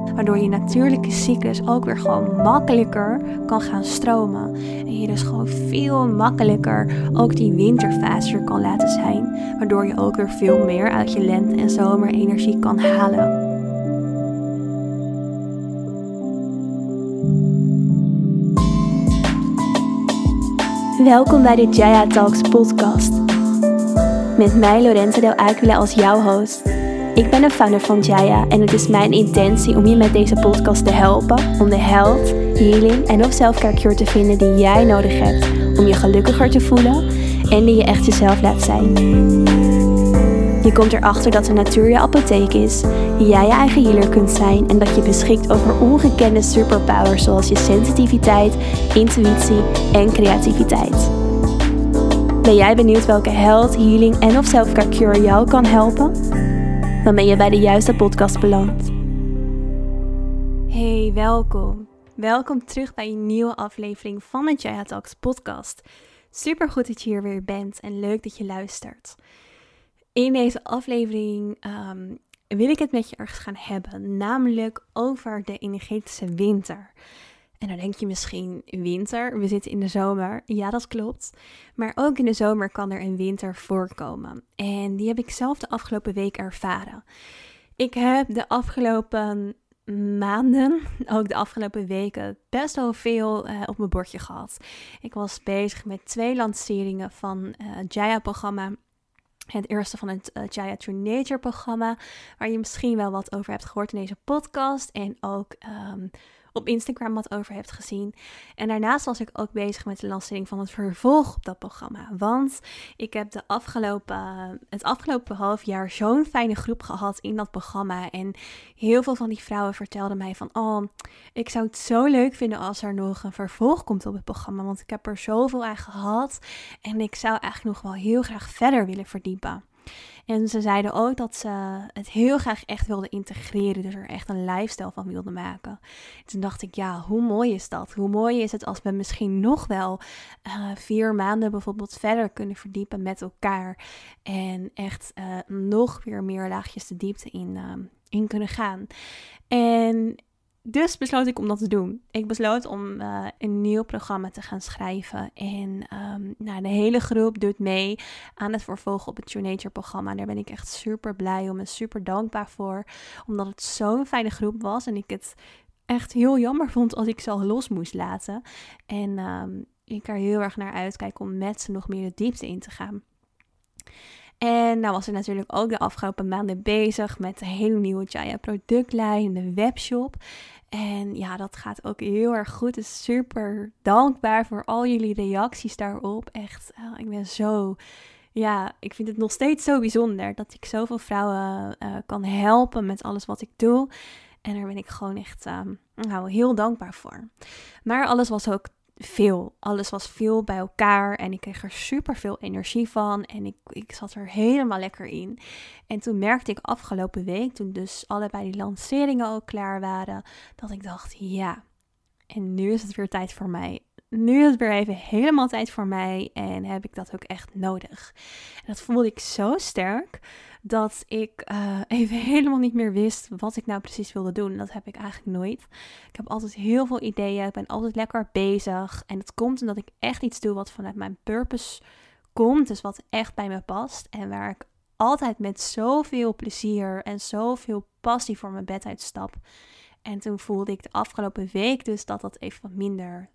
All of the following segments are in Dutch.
Waardoor je natuurlijke cyclus ook weer gewoon makkelijker kan gaan stromen. En je dus gewoon veel makkelijker ook die winterfase er kan laten zijn. Waardoor je ook weer veel meer uit je lente- en zomerenergie kan halen. Welkom bij de Jaya Talks podcast. Met mij Lorenza Del Aquila als jouw host. Ik ben de founder van Jaya en het is mijn intentie om je met deze podcast te helpen om de health, healing en of self-care cure te vinden die jij nodig hebt om je gelukkiger te voelen en die je echt jezelf laat zijn. Je komt erachter dat de natuur je apotheek is, jij je eigen healer kunt zijn en dat je beschikt over ongekende superpowers zoals je sensitiviteit, intuïtie en creativiteit. Ben jij benieuwd welke health, healing en of self-care cure jou kan helpen? Dan ben je bij de juiste podcast beland. Hey, welkom. Welkom terug bij een nieuwe aflevering van de Jaya Talks podcast. Super goed dat je hier weer bent en leuk dat je luistert. In deze aflevering wil ik het met je ergens gaan hebben, namelijk over de energetische winter. En dan denk je misschien, winter, we zitten in de zomer. Ja, dat klopt. Maar ook in de zomer kan er een winter voorkomen. En die heb ik zelf de afgelopen week ervaren. Ik heb de afgelopen maanden, ook de afgelopen weken, best wel veel op mijn bordje gehad. Ik was bezig met 2 lanceringen van het Jaya-programma. Het eerste van het Jaya True Nature programma, waar je misschien wel wat over hebt gehoord in deze podcast en ook op Instagram wat over hebt gezien. En daarnaast was ik ook bezig met de lancering van het vervolg op dat programma. Want ik heb het afgelopen half jaar zo'n fijne groep gehad in dat programma. En heel veel van die vrouwen vertelden mij van, oh, ik zou het zo leuk vinden als er nog een vervolg komt op het programma. Want ik heb er zoveel aan gehad en ik zou eigenlijk nog wel heel graag verder willen verdiepen. En ze zeiden ook dat ze het heel graag echt wilden integreren. Dus er echt een lifestyle van wilden maken. Toen dacht ik, ja, hoe mooi is dat? Hoe mooi is het als we misschien nog wel 4 maanden bijvoorbeeld verder kunnen verdiepen met elkaar. En echt nog weer meer laagjes de diepte in kunnen gaan. En dus besloot ik om dat te doen. Ik besloot om een nieuw programma te gaan schrijven. En de hele groep doet mee aan het vervolg op het True Nature programma. En daar ben ik echt super blij om en super dankbaar voor. Omdat het zo'n fijne groep was. En ik het echt heel jammer vond als ik ze al los moest laten. En ik er heel erg naar uitkijk om met ze nog meer de diepte in te gaan. En nou was ik natuurlijk ook de afgelopen maanden bezig met de hele nieuwe Jaya productlijn, de webshop. En ja, dat gaat ook heel erg goed. Dus super dankbaar voor al jullie reacties daarop. Echt, ik ben zo... Ja, ik vind het nog steeds zo bijzonder dat ik zoveel vrouwen kan helpen met alles wat ik doe. En daar ben ik gewoon echt heel dankbaar voor. Maar alles was ook veel. Alles was veel bij elkaar en ik kreeg er super veel energie van en ik zat er helemaal lekker in. En toen merkte ik afgelopen week, toen dus allebei die lanceringen ook klaar waren, dat ik dacht, ja, en nu is het weer tijd voor mij. Nu is het weer even helemaal tijd voor mij en heb ik dat ook echt nodig. En dat voelde ik zo sterk dat ik even helemaal niet meer wist wat ik nou precies wilde doen. Dat heb ik eigenlijk nooit. Ik heb altijd heel veel ideeën, ik ben altijd lekker bezig. En het komt omdat ik echt iets doe wat vanuit mijn purpose komt. Dus wat echt bij me past en waar ik altijd met zoveel plezier en zoveel passie voor mijn bed uitstap. En toen voelde ik de afgelopen week dus dat even wat minder...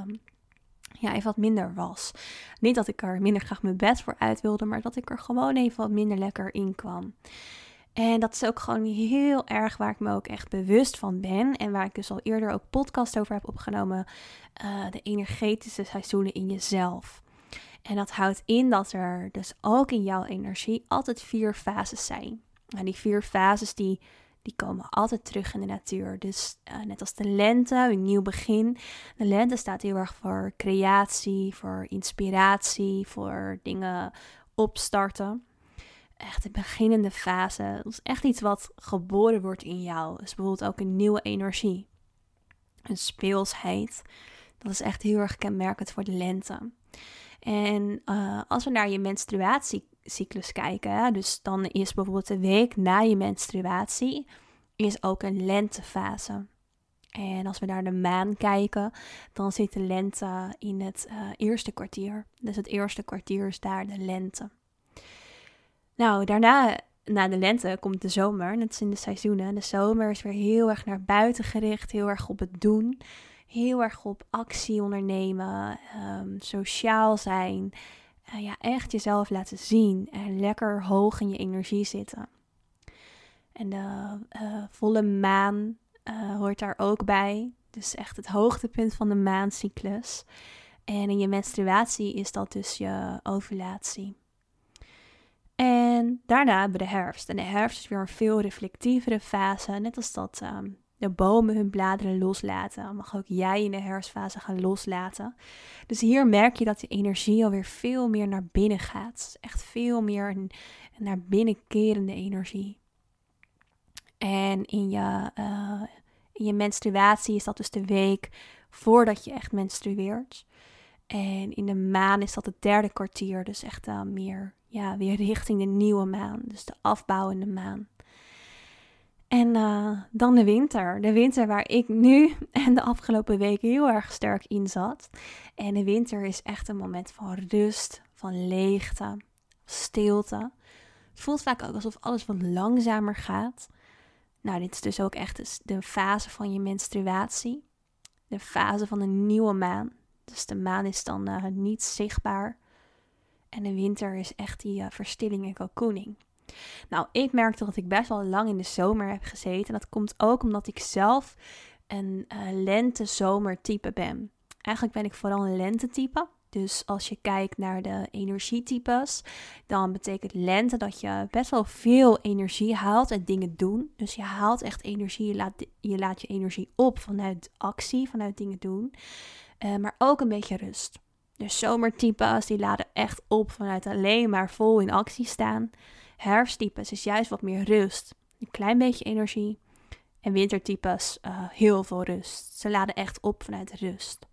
even wat minder was. Niet dat ik er minder graag mijn bed voor uit wilde, maar dat ik er gewoon even wat minder lekker in kwam. En dat is ook gewoon heel erg waar ik me ook echt bewust van ben. En waar ik dus al eerder ook podcast over heb opgenomen. De energetische seizoenen in jezelf. En dat houdt in dat er dus ook in jouw energie altijd 4 fases zijn. En die 4 fases die komen altijd terug in de natuur. Dus net als de lente, een nieuw begin. De lente staat heel erg voor creatie, voor inspiratie, voor dingen opstarten. Echt de beginnende fase. Dat is echt iets wat geboren wordt in jou. Dus bijvoorbeeld ook een nieuwe energie. Een speelsheid. Dat is echt heel erg kenmerkend voor de lente. En als we naar je menstruatiecyclus kijken, dus dan is bijvoorbeeld de week na je menstruatie is ook een lentefase. En als we naar de maan kijken, dan zit de lente in het eerste kwartier. Dus het eerste kwartier is daar de lente. Nou, daarna, na de lente, komt de zomer. Net als in de seizoenen. De zomer is weer heel erg naar buiten gericht. Heel erg op het doen. Heel erg op actie ondernemen. Sociaal zijn. Echt jezelf laten zien. En lekker hoog in je energie zitten. En de volle maan hoort daar ook bij. Dus echt het hoogtepunt van de maancyclus. En in je menstruatie is dat dus je ovulatie. En daarna hebben we de herfst. En de herfst is weer een veel reflectievere fase. Net als dat de bomen hun bladeren loslaten, mag ook jij in de herfstfase gaan loslaten. Dus hier merk je dat de energie alweer veel meer naar binnen gaat. Echt veel meer een naar binnen kerende energie. En in je menstruatie is dat dus de week voordat je echt menstrueert. En in de maan is dat het derde kwartier. Dus echt meer weer richting de nieuwe maan. Dus de afbouwende maan. En dan de winter. De winter waar ik nu en de afgelopen weken heel erg sterk in zat. En de winter is echt een moment van rust, van leegte, stilte. Het voelt vaak ook alsof alles wat langzamer gaat. Nou, dit is dus ook echt de fase van je menstruatie. De fase van een nieuwe maan. Dus de maan is dan niet zichtbaar. En de winter is echt die verstilling en cocooning. Nou, ik merkte dat ik best wel lang in de zomer heb gezeten. Dat komt ook omdat ik zelf een lente-zomertype ben. Eigenlijk ben ik vooral een lentetype. Dus als je kijkt naar de energietypes, dan betekent lente dat je best wel veel energie haalt en dingen doen. Dus je haalt echt energie, je laat je energie op vanuit actie, vanuit dingen doen. Maar ook een beetje rust. Dus zomertypes die laden echt op vanuit alleen maar vol in actie staan. Herfsttypes is juist wat meer rust. Een klein beetje energie. En wintertypes heel veel rust. Ze laden echt op vanuit rust.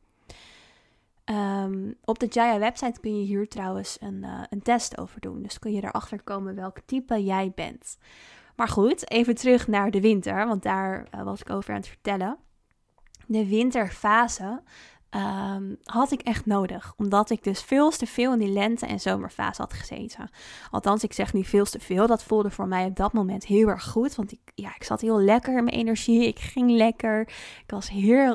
Op de Jaya website kun je hier trouwens een test over doen. Dus kun je erachter komen welk type jij bent. Maar goed, even terug naar de winter. Want daar was ik over aan het vertellen. De winterfase had ik echt nodig. Omdat ik dus veel te veel in die lente- en zomerfase had gezeten. Althans, ik zeg nu veel te veel. Dat voelde voor mij op dat moment heel erg goed. Want ik zat heel lekker in mijn energie. Ik ging lekker. Ik was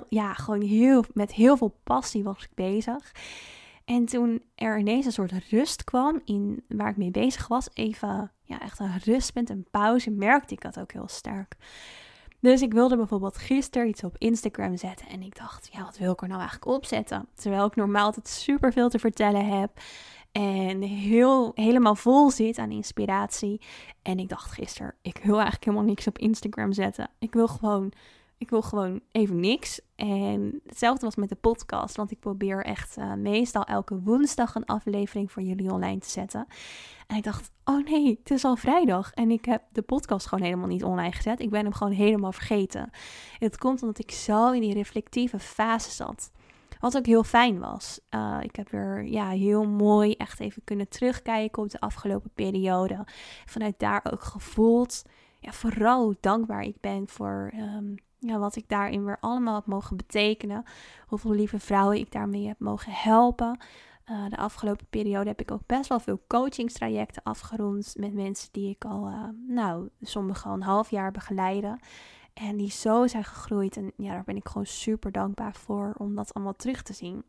met heel veel passie was ik bezig. En toen er ineens een soort rust kwam in waar ik mee bezig was. Even, echt een rustpunt, een pauze, merkte ik dat ook heel sterk. Dus ik wilde bijvoorbeeld gisteren iets op Instagram zetten. En ik dacht, wat wil ik er nou eigenlijk op zetten? Terwijl ik normaal altijd superveel te vertellen heb. En helemaal vol zit aan inspiratie. En ik dacht gisteren, ik wil eigenlijk helemaal niks op Instagram zetten. Ik wil gewoon even niks. En hetzelfde was met de podcast. Want ik probeer echt meestal elke woensdag een aflevering voor jullie online te zetten. En ik dacht, oh nee, het is al vrijdag. En ik heb de podcast gewoon helemaal niet online gezet. Ik ben hem gewoon helemaal vergeten. En het komt omdat ik zo in die reflectieve fase zat. Wat ook heel fijn was. Ik heb weer heel mooi echt even kunnen terugkijken op de afgelopen periode. Vanuit daar ook gevoeld. Vooral hoe dankbaar ik ben voor wat ik daarin weer allemaal heb mogen betekenen. Hoeveel lieve vrouwen ik daarmee heb mogen helpen. De afgelopen periode heb ik ook best wel veel coachingstrajecten afgerond met mensen die ik al, sommige al een half jaar begeleiden. En die zo zijn gegroeid. En daar ben ik gewoon super dankbaar voor om dat allemaal terug te zien.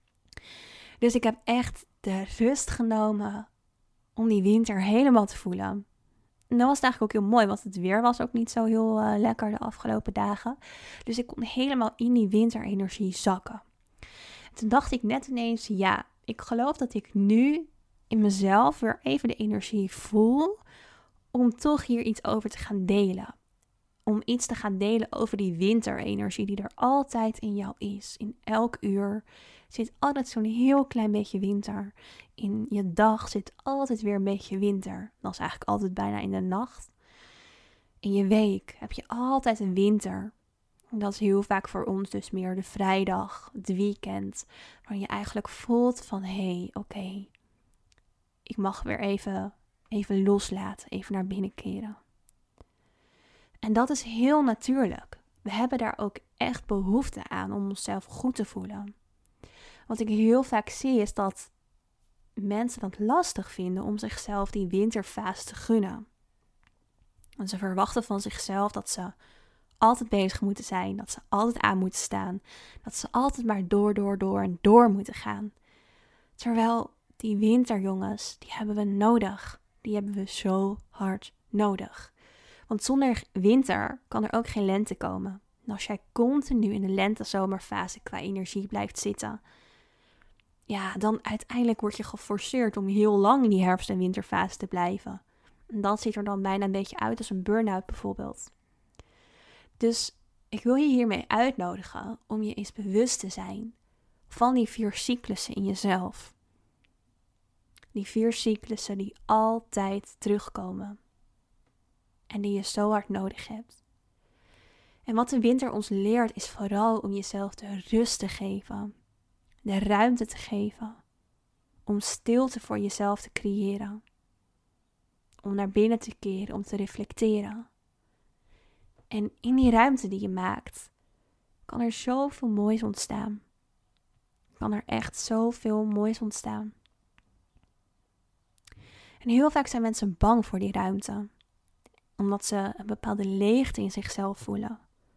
Dus ik heb echt de rust genomen om die winter helemaal te voelen. En dat was het eigenlijk ook heel mooi, want het weer was ook niet zo heel lekker de afgelopen dagen. Dus ik kon helemaal in die winterenergie zakken. En toen dacht ik net ineens, ik geloof dat ik nu in mezelf weer even de energie voel om toch hier iets over te gaan delen. Om iets te gaan delen over die winterenergie die er altijd in jou is. In elk uur zit altijd zo'n heel klein beetje winter. In je dag zit altijd weer een beetje winter. Dat is eigenlijk altijd bijna in de nacht. In je week heb je altijd een winter. Dat is heel vaak voor ons dus meer de vrijdag, het weekend. Waar je eigenlijk voelt van, oké, ik mag weer even loslaten, even naar binnen keren. En dat is heel natuurlijk. We hebben daar ook echt behoefte aan om onszelf goed te voelen. Wat ik heel vaak zie is dat mensen dat lastig vinden om zichzelf die winterfase te gunnen. Want ze verwachten van zichzelf dat ze altijd bezig moeten zijn, dat ze altijd aan moeten staan, dat ze altijd maar door moeten gaan. Terwijl die winter, jongens, die hebben we nodig. Die hebben we zo hard nodig. Want zonder winter kan er ook geen lente komen. En als jij continu in de lente-zomerfase qua energie blijft zitten, ja, dan uiteindelijk word je geforceerd om heel lang in die herfst- en winterfase te blijven. En dat ziet er dan bijna een beetje uit als een burn-out bijvoorbeeld. Dus ik wil je hiermee uitnodigen om je eens bewust te zijn van die 4 cyclussen in jezelf. Die 4 cyclussen die altijd terugkomen. En die je zo hard nodig hebt. En wat de winter ons leert is vooral om jezelf de rust te geven. De ruimte te geven. Om stilte voor jezelf te creëren. Om naar binnen te keren, om te reflecteren. En in die ruimte die je maakt, kan er zoveel moois ontstaan. Kan er echt zoveel moois ontstaan. En heel vaak zijn mensen bang voor die ruimte. Omdat ze een bepaalde leegte in zichzelf voelen.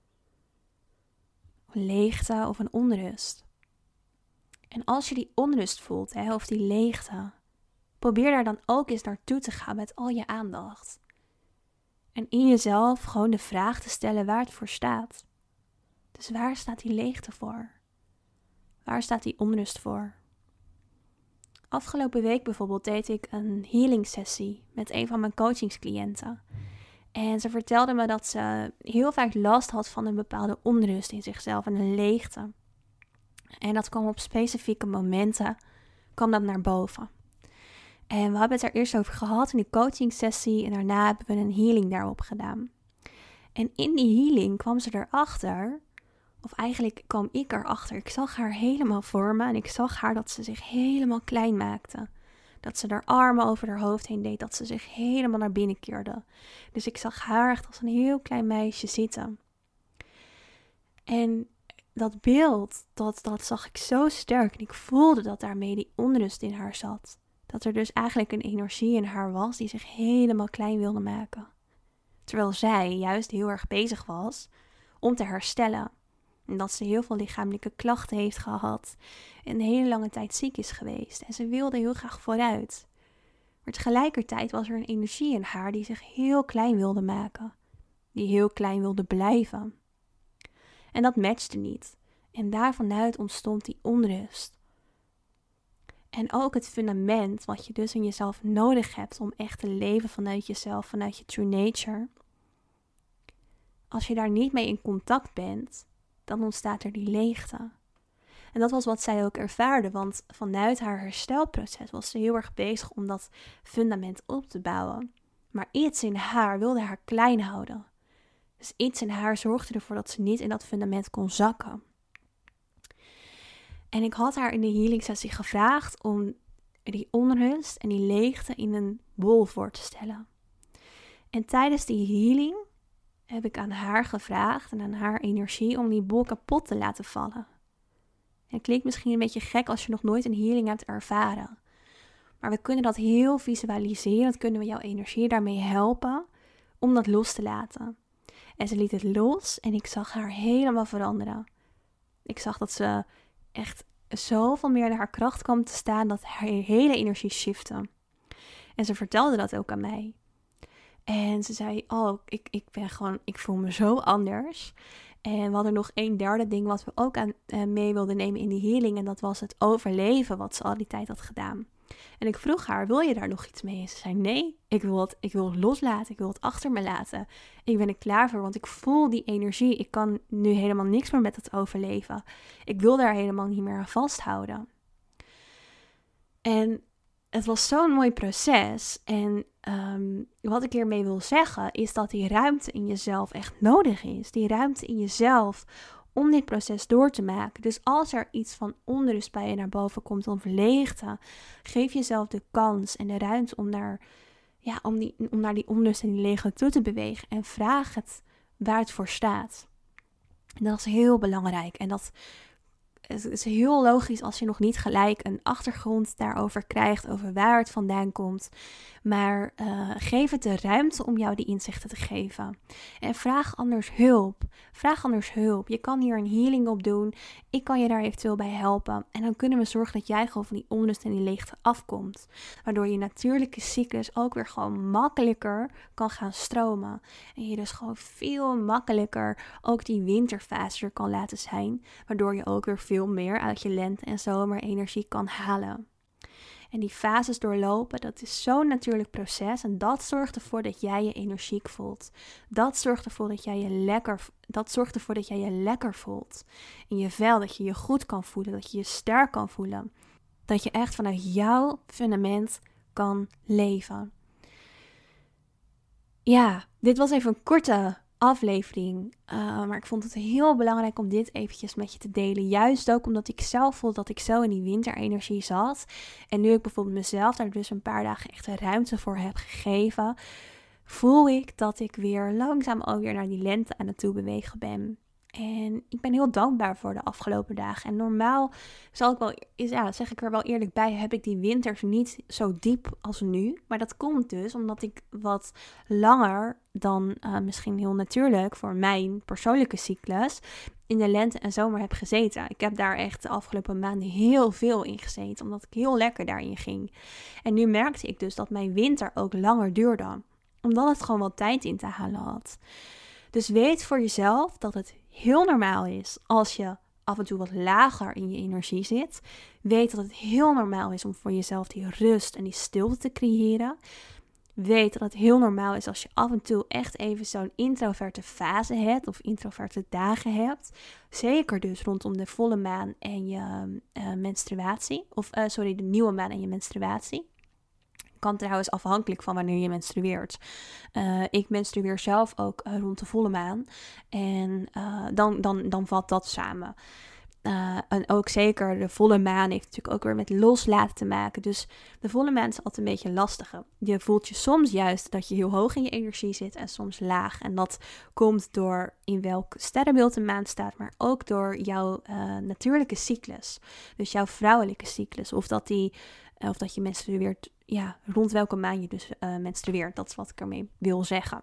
Een leegte of een onrust. En als je die onrust voelt, of die leegte, probeer daar dan ook eens naartoe te gaan met al je aandacht. En in jezelf gewoon de vraag te stellen waar het voor staat. Dus waar staat die leegte voor? Waar staat die onrust voor? Afgelopen week bijvoorbeeld deed ik een healing sessie met een van mijn coachingscliënten. En ze vertelde me dat ze heel vaak last had van een bepaalde onrust in zichzelf en een leegte. En dat kwam op specifieke momenten, kwam dat naar boven. En we hebben het er eerst over gehad in die coaching sessie en daarna hebben we een healing daarop gedaan. En in die healing kwam ze erachter, of eigenlijk kwam ik erachter, ik zag haar helemaal voor me en ik zag haar dat ze zich helemaal klein maakte. Dat ze haar armen over haar hoofd heen deed, dat ze zich helemaal naar binnen keerde. Dus ik zag haar echt als een heel klein meisje zitten. En dat beeld, dat zag ik zo sterk en ik voelde dat daarmee die onrust in haar zat. Dat er dus eigenlijk een energie in haar was die zich helemaal klein wilde maken. Terwijl zij juist heel erg bezig was om te herstellen. En dat ze heel veel lichamelijke klachten heeft gehad. En een hele lange tijd ziek is geweest. En ze wilde heel graag vooruit. Maar tegelijkertijd was er een energie in haar die zich heel klein wilde maken. Die heel klein wilde blijven. En dat matchte niet. En daarvanuit ontstond die onrust. En ook het fundament wat je dus in jezelf nodig hebt om echt te leven vanuit jezelf, vanuit je true nature. Als je daar niet mee in contact bent, dan ontstaat er die leegte. En dat was wat zij ook ervaarde, want vanuit haar herstelproces was ze heel erg bezig om dat fundament op te bouwen. Maar iets in haar wilde haar klein houden. Dus iets in haar zorgde ervoor dat ze niet in dat fundament kon zakken. En ik had haar in de healing sessie gevraagd om die onrust en die leegte in een bol voor te stellen. En tijdens die healing heb ik aan haar gevraagd en aan haar energie om die bol kapot te laten vallen. Het klinkt misschien een beetje gek als je nog nooit een healing hebt ervaren. Maar we kunnen dat heel visualiseren, dat kunnen we jouw energie daarmee helpen om dat los te laten. En ze liet het los en ik zag haar helemaal veranderen. Ik zag dat ze echt zoveel meer naar haar kracht kwam te staan, dat haar hele energie shifte. En ze vertelde dat ook aan mij. En ze zei, ik voel me zo anders. En we hadden nog 1/3 ding wat we ook mee wilden nemen in die healing. En dat was het overleven wat ze al die tijd had gedaan. En ik vroeg haar, wil je daar nog iets mee? En ze zei, nee, ik wil het loslaten. Ik wil het achter me laten. Ik ben er klaar voor, want ik voel die energie. Ik kan nu helemaal niks meer met het overleven. Ik wil daar helemaal niet meer aan vasthouden. En het was zo'n mooi proces. En wat ik hiermee wil zeggen is dat die ruimte in jezelf echt nodig is. Die ruimte in jezelf om dit proces door te maken. Dus als er iets van onrust bij je naar boven komt of leegte, geef jezelf de kans en de ruimte om naar die onrust en die leegte toe te bewegen. En vraag het waar het voor staat. En dat is heel belangrijk. En dat is heel logisch als je nog niet gelijk een achtergrond daarover krijgt, over waar het vandaan komt. Maar geef het de ruimte om jou die inzichten te geven. En vraag anders hulp. Vraag anders hulp. Je kan hier een healing op doen. Ik kan je daar eventueel bij helpen. En dan kunnen we zorgen dat jij gewoon van die onrust en die leegte afkomt. Waardoor je natuurlijke cyclus ook weer gewoon makkelijker kan gaan stromen. En je dus gewoon veel makkelijker ook die winterfase er kan laten zijn. Waardoor je ook weer veel meer uit je lente- en zomerenergie kan halen. En die fases doorlopen, dat is zo'n natuurlijk proces. En dat zorgt ervoor dat jij je energiek voelt. Dat zorgt ervoor dat jij je lekker voelt. In je vel, dat je je goed kan voelen. Dat je je sterk kan voelen. Dat je echt vanuit jouw fundament kan leven. Ja, dit was even een korte aflevering. Maar ik vond het heel belangrijk om dit eventjes met je te delen. Juist ook omdat ik zelf voelde dat ik zo in die winterenergie zat. En nu ik bijvoorbeeld mezelf daar dus een paar dagen echt de ruimte voor heb gegeven, voel ik dat ik weer langzaam alweer naar die lente aan het toe bewegen ben. En ik ben heel dankbaar voor de afgelopen dagen. En normaal zeg ik er wel eerlijk bij, heb ik die winters niet zo diep als nu. Maar dat komt dus omdat ik wat langer dan misschien heel natuurlijk voor mijn persoonlijke cyclus in de lente en zomer heb gezeten. Ik heb daar echt de afgelopen maanden heel veel in gezeten, omdat ik heel lekker daarin ging. En nu merkte ik dus dat mijn winter ook langer duurde, omdat het gewoon wat tijd in te halen had. Dus weet voor jezelf dat het heel normaal is als je af en toe wat lager in je energie zit. Weet dat het heel normaal is om voor jezelf die rust en die stilte te creëren. Weet dat het heel normaal is als je af en toe echt even zo'n introverte fase hebt of introverte dagen hebt. Zeker dus rondom de volle maan en je menstruatie. De nieuwe maan en je menstruatie. Kan trouwens afhankelijk van wanneer je menstrueert. Ik menstrueer zelf ook rond de volle maan. En dan valt dat samen. En ook zeker de volle maan heeft natuurlijk ook weer met loslaten te maken. Dus de volle maan is altijd een beetje lastiger. Je voelt je soms juist dat je heel hoog in je energie zit en soms laag. En dat komt door in welk sterrenbeeld de maan staat, maar ook door jouw natuurlijke cyclus. Dus jouw vrouwelijke cyclus. Of dat je menstrueert, ja, rond welke maan je dus menstrueert. Dat is wat ik ermee wil zeggen.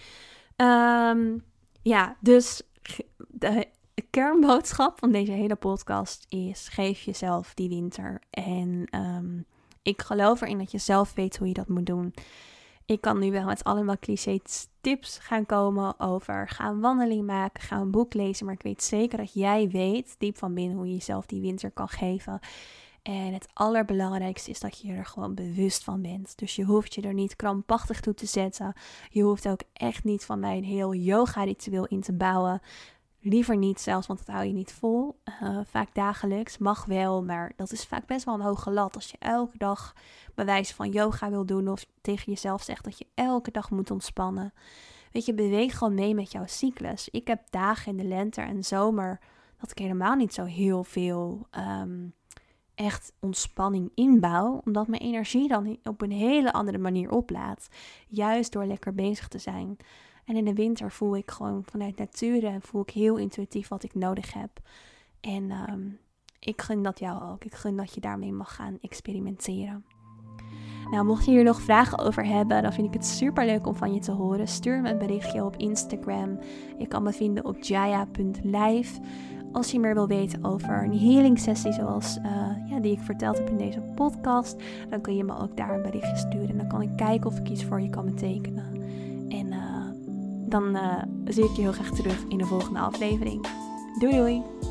Dus de kernboodschap van deze hele podcast is: geef jezelf die winter. En ik geloof erin dat je zelf weet hoe je dat moet doen. Ik kan nu wel met allemaal cliché tips gaan komen over ga een wandeling maken, ga een boek lezen. Maar ik weet zeker dat jij weet, diep van binnen, hoe je jezelf die winter kan geven. En het allerbelangrijkste is dat je er gewoon bewust van bent. Dus je hoeft je er niet krampachtig toe te zetten. Je hoeft ook echt niet van mij een heel yoga-ritueel in te bouwen. Liever niet zelfs, want dat hou je niet vol. Vaak dagelijks, mag wel, maar dat is vaak best wel een hoge lat. Als je elke dag bij wijze van yoga wil doen of tegen jezelf zegt dat je elke dag moet ontspannen. Weet je, beweeg gewoon mee met jouw cyclus. Ik heb dagen in de lente en zomer dat ik helemaal niet zo heel veel echt ontspanning inbouw, omdat mijn energie dan op een hele andere manier oplaadt. Juist door lekker bezig te zijn. En in de winter voel ik gewoon vanuit nature en voel ik heel intuïtief wat ik nodig heb. En ik gun dat jou ook. Ik gun dat je daarmee mag gaan experimenteren. Nou, mocht je hier nog vragen over hebben, dan vind ik het super leuk om van je te horen. Stuur me een berichtje op Instagram. Je kan me vinden op jaya.live. Als je meer wil weten over een healing sessie zoals die ik verteld heb in deze podcast, dan kun je me ook daar een berichtje sturen. En dan kan ik kijken of ik iets voor je kan betekenen. En dan zie ik je heel graag terug in de volgende aflevering. Doei doei!